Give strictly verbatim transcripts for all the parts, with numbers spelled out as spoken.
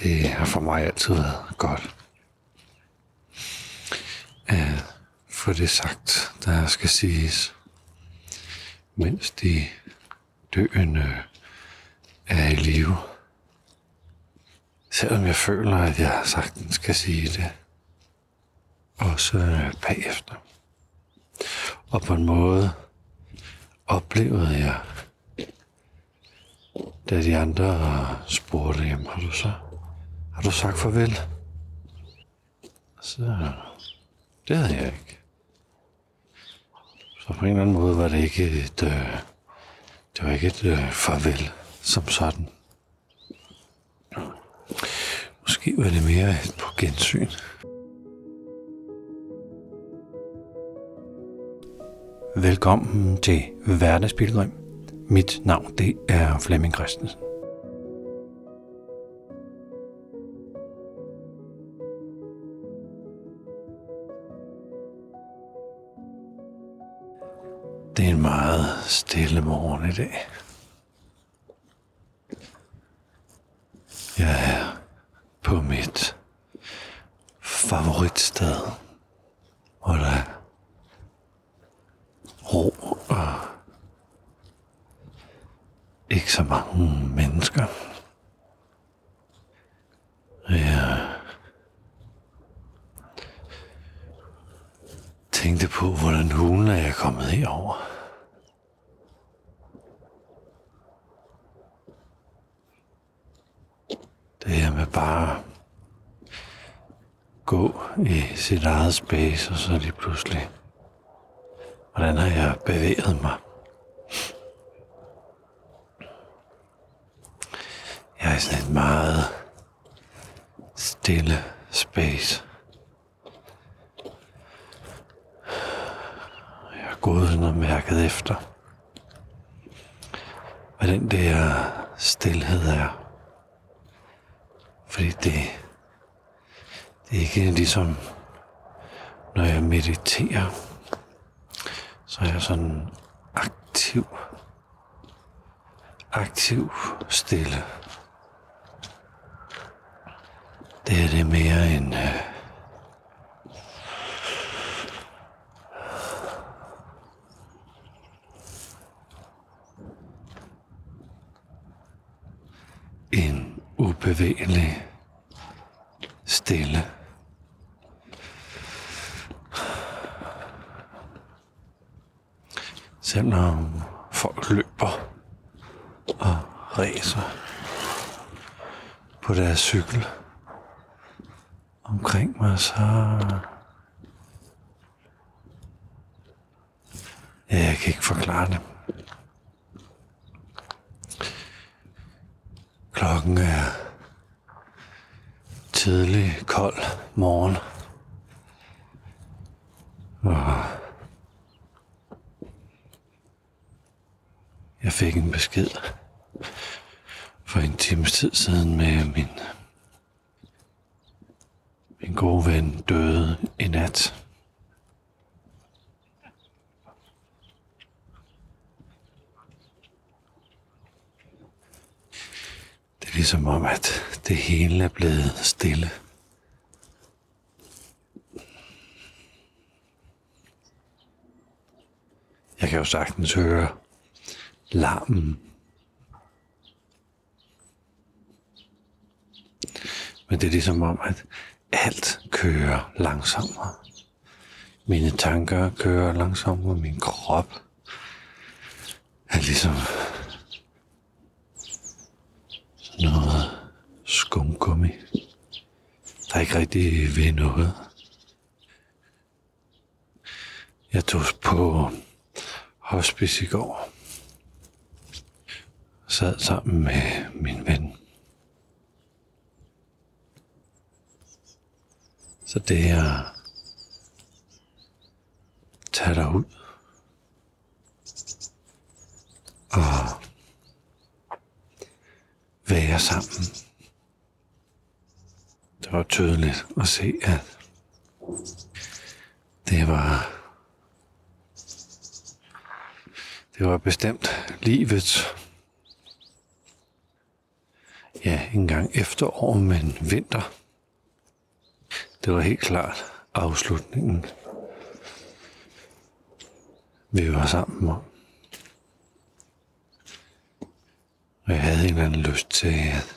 Det har for mig altid været godt at få det sagt, der skal siges, mens de døende er i live. Selvom jeg føler, at jeg sagtens skal sige det, også bagefter. Og på en måde oplevede jeg, da de andre spurgte, jamen, har du så har du sagt farvel? Så det havde jeg ikke. Så på en eller anden måde var det ikke et, øh, det var ikke et øh, farvel som sådan. Måske var det mere et på gensyn. Velkommen til Hverdagspilgrim. Mit navn, det er Flemming Christensen. Det er en meget stille morgen i dag. Jeg er på mit favoritsted, hvor der er ro og ikke så mange mennesker. Jeg tænkte på, hvordan hulen er jeg kommet herover. Det her med bare gå i sit eget space, og så lige pludselig, hvordan har jeg bevæget mig? Jeg er i sådan et meget stille space. Jeg har gået sådan og mærket efter, hvad den der stilhed er. Fordi det, det er ikke ligesom, når jeg mediterer, så er jeg sådan aktiv, aktiv stille. Det er det mere end øh, en ubevægelig stille. Selvom folk løber og ræser på deres cykel omkring mig, så ja, jeg kan ikke forklare det. Klokken er tidlig, kold morgen. Og jeg fik en besked for en times tid siden med min, min gode ven døde i nat. Det er ligesom om, at det hele er blevet stille. Jeg kan jo sagtens høre larmen. Men det er ligesom om, at alt kører langsommere. Mine tanker kører langsommere, min krop er ligesom noget skumgummi, der ikke rigtig ved noget. Jeg tog på hospice i går. Sad sammen med min ven. Så det er tage dig ud og være sammen. Det var tydeligt at se, at det var det var bestemt livets ja, ikke engang efterår, men vinter. Det var helt klart afslutningen, vi var sammen om. Og jeg havde en eller anden lyst til, at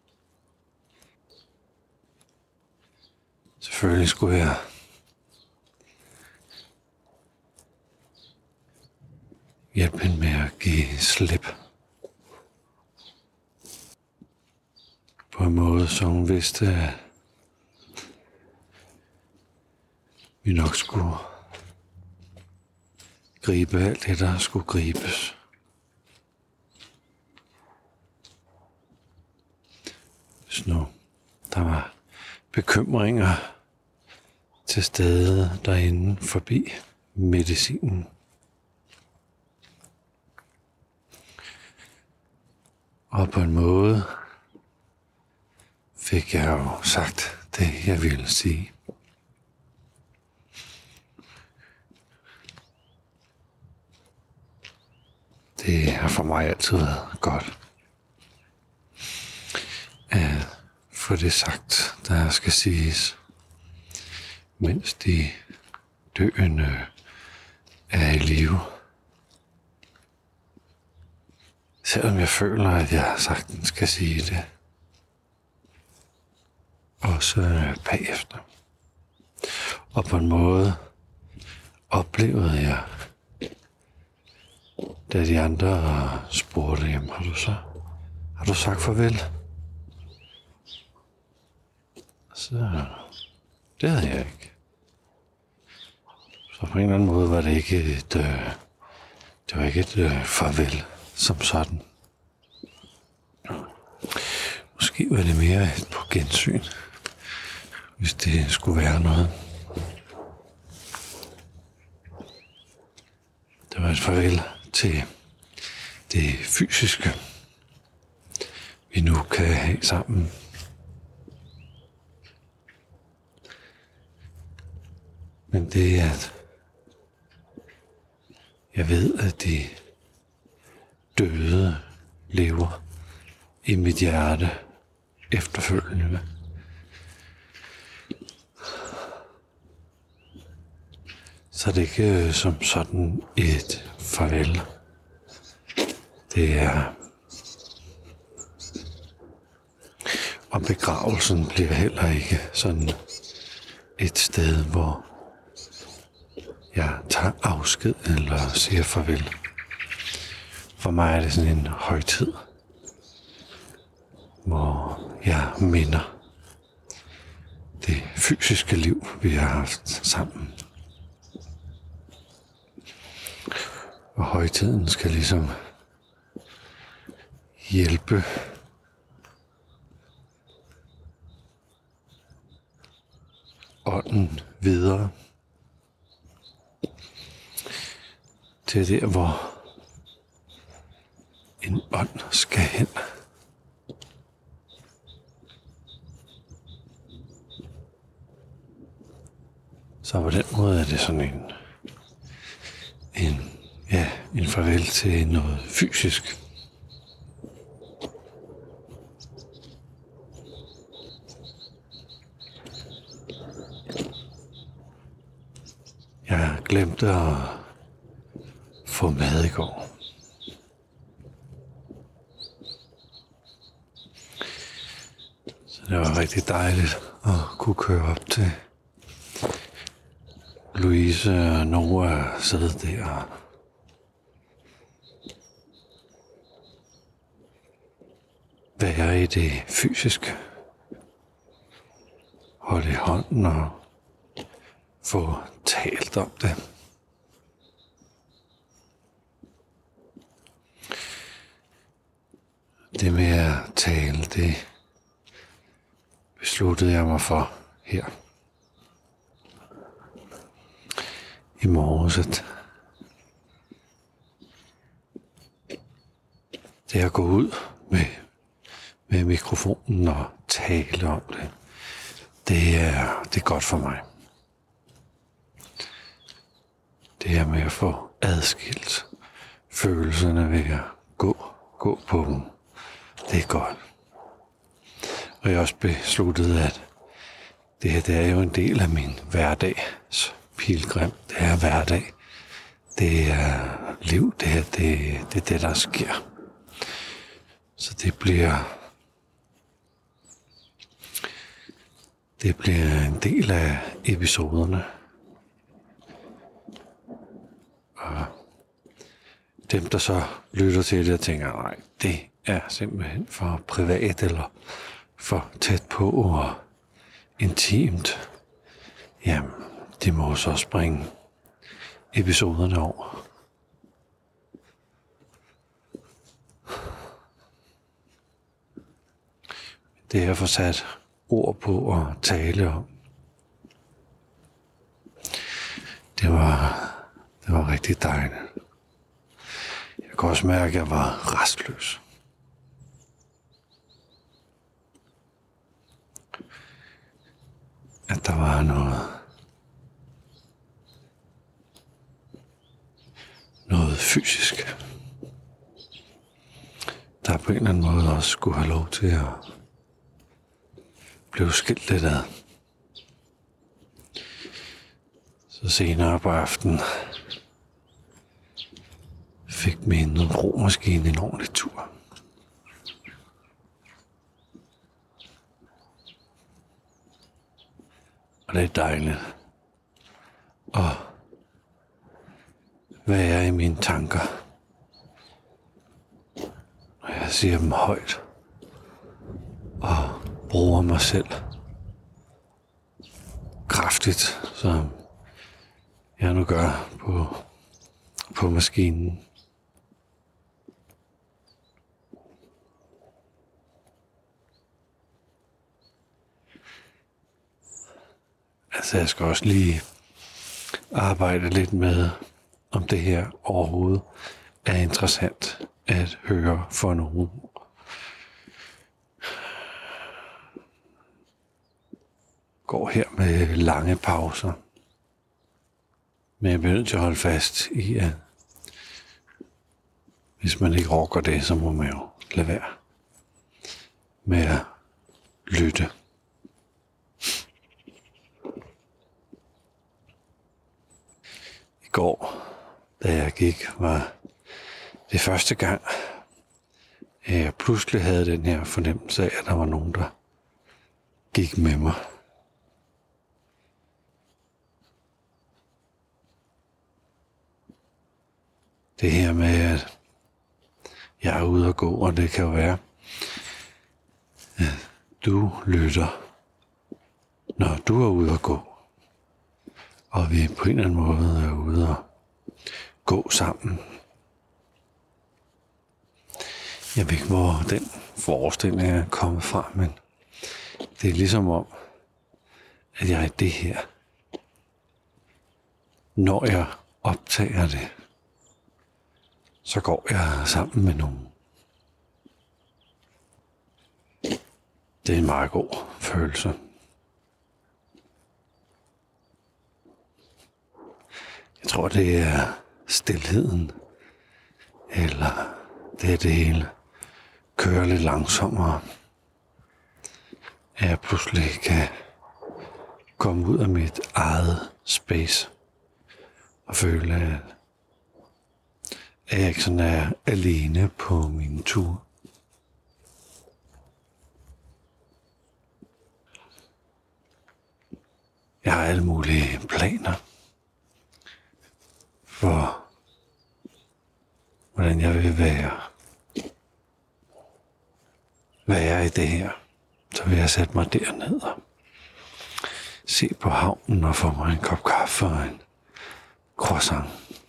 selvfølgelig skulle jeg hjælpe hende med at give slip. På en måde, så hun vidste, at vi nok skulle gribe alt det, der skulle gribes. Hvis nu der var bekymringer til stede derinde forbi medicinen. Og på en måde fik jeg jo sagt det, jeg ville sige. Det har for mig altid været godt at få det sagt, der skal siges, mens de døende er i live. Selvom jeg føler, at jeg sagtens skal sige det. Også bagefter. Og på en måde oplevede jeg, da de andre spurgte, jamen, har du så, har du sagt farvel? Så det havde jeg ikke. Så på en eller anden måde var det ikke et, øh, det var ikke et øh, farvel som sådan. Måske var det mere et på gensyn, hvis det skulle være noget. Det var et farvel til det fysiske, vi nu kan have sammen. Men det er, at jeg ved, at de døde lever i mit hjerte efterfølgende. Så det er ikke som sådan et farvel. Det er... Og begravelsen bliver heller ikke sådan et sted, hvor jeg tager afsked eller siger farvel. For mig er det sådan en højtid, hvor jeg minder det fysiske liv, vi har haft sammen. Og højtiden skal ligesom hjælpe ånden videre til der, hvor en ånd skal hen. Så på den måde er det sådan en, en, ja, en farvel til noget fysisk. Jeg glemte at få mad i går. Så det var rigtig dejligt at kunne køre op til Louise og Noah sidde der og være i det fysiske. Holde i hånden og få talt om det. Det med at tale, det besluttede jeg mig for her i morges, at det at gå ud med, med mikrofonen og tale om det, det er, det er godt for mig. Det er med at få adskilt følelserne ved at gå, gå på dem. Det er godt. Og jeg har også besluttet, at det her det er jo en del af min hverdags pilgrim. Det er hverdag. Det er liv, det her. Det, det er det, der sker. Så det bliver... Det bliver en del af episoderne. Og dem, der så lytter til det og tænker, nej, det er simpelthen for privat eller for tæt på og intimt, jamen, de må så springe episoderne over. Det er for sat ord på at tale om. Det var, det var rigtig dejligt. Jeg kunne også mærke, at jeg var restløs. At der var noget, noget fysisk, der på en eller anden måde også skulle have lov til at blive skilt lidt ad. Så senere på aftenen fik min romaskine en ordentlig tur. Og det er dejligt at være i mine tanker, når jeg siger dem højt og bruger mig selv kraftigt, som jeg nu gør på, på maskinen. Altså, jeg skal også lige arbejde lidt med, om det her overhovedet er interessant at høre for nogen. Går her med lange pauser. Men jeg bliver nødt til at holde fast i, at hvis man ikke orker det, så må man jo lade være med at lytte. I går, da jeg gik, var det første gang, at jeg pludselig havde den her fornemmelse af, at der var nogen, der gik med mig. Det her med, at jeg er ude at gå, og det kan jo være, at du lytter, når du er ude at gå. Og vi på en eller anden måde er ude at gå sammen. Jeg ved ikke, hvor den forestilling er kommet fra, men det er ligesom om, at jeg er det her. Når jeg optager det, så går jeg sammen med nogen. Det er en meget god følelse. Jeg tror, det er stilheden, eller det er det hele kører lidt langsommere, at jeg pludselig kan komme ud af mit eget space og føle, at at jeg ikke sådan er alene på min tur. Jeg har alle mulige planer for, hvordan jeg vil være. Være i det her. Så vil jeg sætte mig derned og se på havnen og få mig en kop kaffe og en croissant.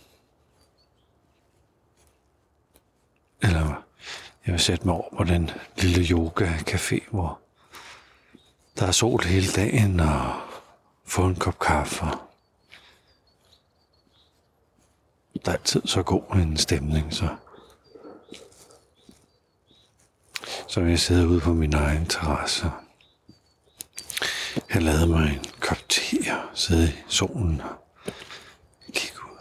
Eller jeg vil sætte mig over på den lille yoga-café, hvor der er sol hele dagen, og få en kop kaffe. Der er altid så god en stemning, så så vil jeg sidde ude på min egen terrasse. Jeg lavede mig en kop te og sidde i solen og kigge ud.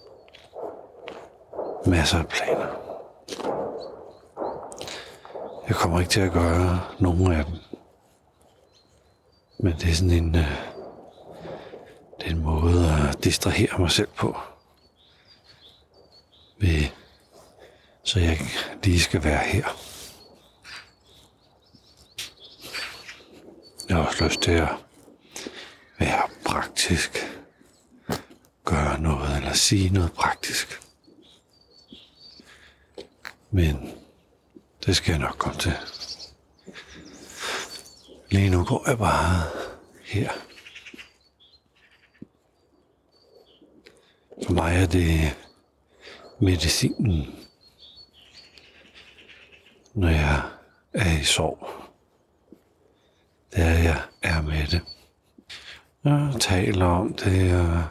Masser af planer. Jeg Jeg kommer ikke til at gøre nogen af dem. Men det er sådan en, øh, det er en måde at distrahere mig selv på. Ved, så jeg ikke lige skal være her. Jeg har også lyst til at være praktisk. Gøre noget eller sige noget praktisk. Men det skal jeg nok komme til. Lige nu går jeg bare her. For mig er det medicinen, når jeg er i sorg. Det er, jeg er med det. Jeg taler om det og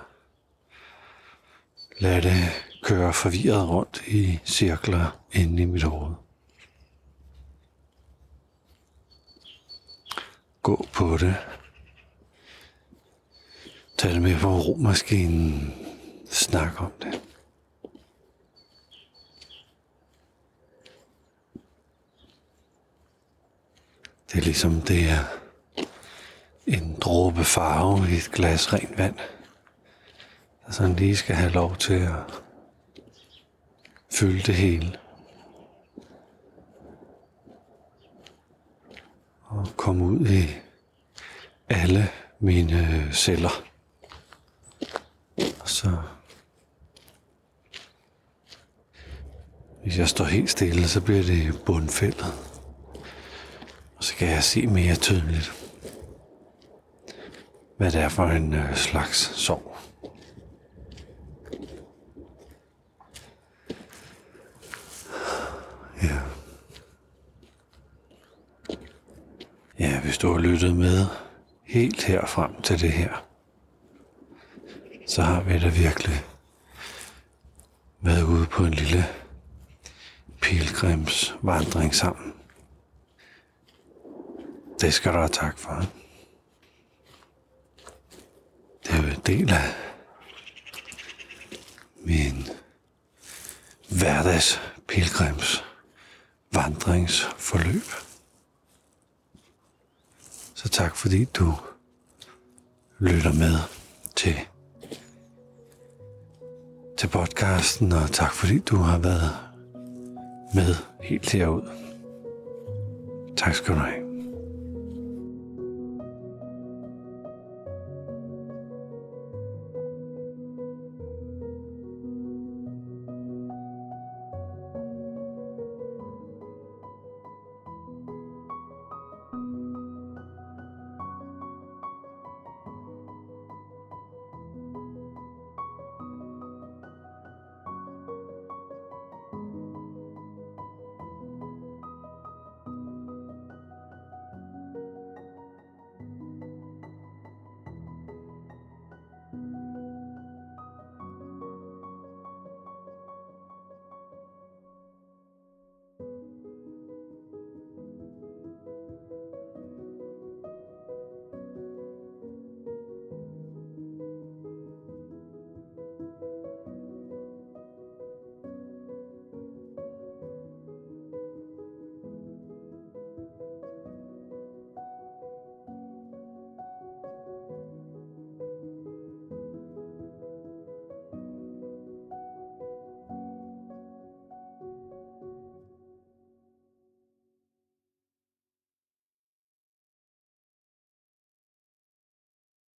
lader det køre forvirret rundt i cirkler inde i mit hoved. Gå på det. Tag det med på romaskinen. Snak om det. Det er ligesom det er en dråbe farve i et glas rent vand, der sådan lige skal have lov til at fylde det hele. Og komme ud i alle mine celler. Og så, hvis jeg står helt stille, så bliver det bundfældet. Og så kan jeg se mere tydeligt, hvad det er for en øh, slags sorg. Ja. Ja, hvis du har lyttet med helt her frem til det her, så har vi da virkelig været ude på en lille pilgrimsvandring sammen. Det skal du have tak for. Det er jo en del af min hverdags pilgrims vandringsforløb. Så tak fordi du lytter med til, til podcasten, og tak fordi du har været med helt herud. Tak skal du have.